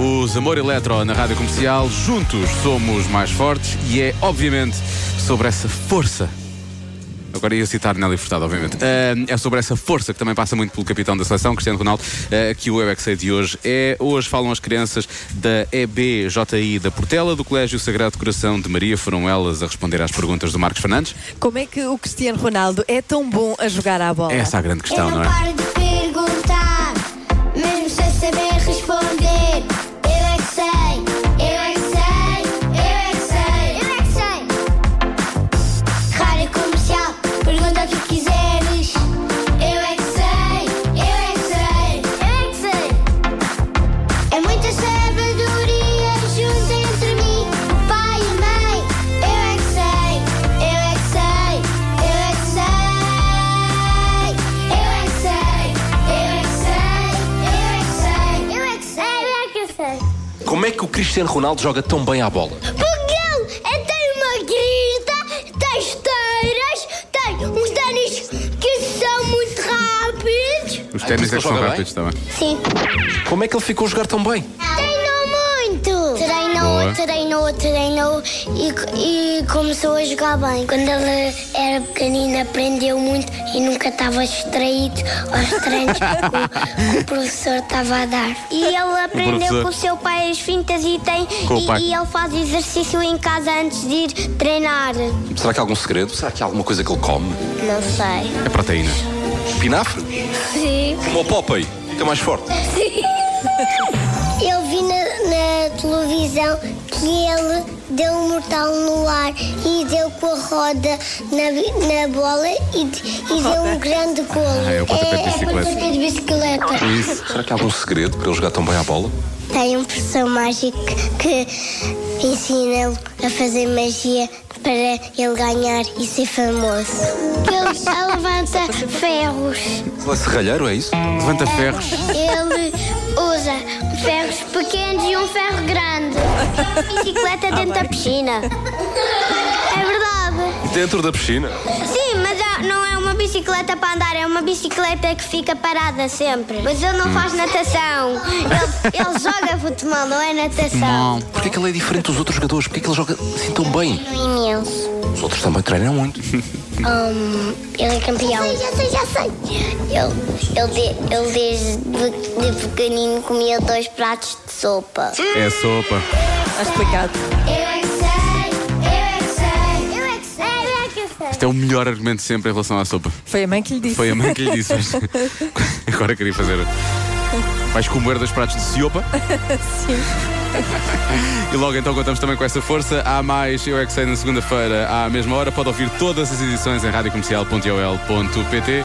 Os Amor Eletro na Rádio Comercial. Juntos somos mais fortes e é, obviamente, sobre essa força. Agora ia citar Nelly Furtado, obviamente. É sobre essa força que também passa muito pelo capitão da seleção, Cristiano Ronaldo, que o Eu é que Sei de hoje é. Hoje falam as crianças da EBJI da Portela, do Colégio Sagrado Coração de Maria. Foram elas a responder às perguntas do Marcos Fernandes. Como é que o Cristiano Ronaldo é tão bom a jogar à bola? Essa é a grande questão, Eu não não é? paro de perguntar, mesmo sem saber responder. Eu é que sei, eu é que sei, eu é que sei, eu é que sei. Rádio Comercial, pergunta o que quiseres. Eu é que sei, eu é que sei, eu é que sei. É muita sabedoria junto entre mim, o pai e a mãe. Eu é que sei, eu é que sei, eu é que sei. Eu é que sei, eu é que sei, eu é que sei, eu é que sei, eu é que sei. Como é que o Cristiano Ronaldo joga tão bem à bola? Porque ele tem uma grita, tem esteiras, tem uns ténis que são muito rápidos. Os ténis é que são joga rápidos também. Sim. Como é que ele ficou a jogar tão bem? Treinou muito. Treinou e começou a jogar bem. Quando ele era pequenino aprendeu muito e nunca estava distraído aos treinos que o professor estava a dar. E ele aprendeu professor. com o seu pai as fintas e Com o pai. e ele faz exercício em casa antes de ir treinar. Será que há algum segredo? Será que há alguma coisa que ele come? Não sei. É proteína. Espinafre? Sim. Como o Popeye? Fica mais forte. Eu vi na televisão que ele deu um mortal no ar e deu com a roda na bola e deu um grande golo. É o pontapé de bicicleta. pontapé de bicicleta. Isso. Será que há algum segredo para ele jogar tão bem à bola? Tem um professor mágico que ensina-lo a fazer magia para ele ganhar e ser famoso. Ele levanta ferros. Ele é serralheiro, é isso? Levanta ferros. Ele usa ferros pequenos e um ferro grande. Bicicleta dentro da piscina. É verdade. Dentro da piscina? Sim, mas não é uma bicicleta para andar, é uma bicicleta que fica parada sempre. Mas ele não faz natação. Ele joga futebol, não é natação. Porquê que ele é diferente dos outros jogadores? Porquê que ele joga assim tão bem? Imenso. Os outros também treinam muito. Ele é campeão. Já sei. Ele desde de pequenino comia 2 pratos de sopa. É sopa. Está explicado. Eu é que sei, eu é que sei, eu é que sei, eu é que sei. Este é o melhor argumento sempre em relação à sopa. Foi a mãe que lhe disse. Foi a mãe que lhe disse. Mas agora queria fazer. Vais comer 2 pratos de sopa? Sim. E logo então contamos também com essa força. Há mais Eu é que Sei na segunda-feira à mesma hora. Pode ouvir todas as edições em radiocomercial.ol.pt.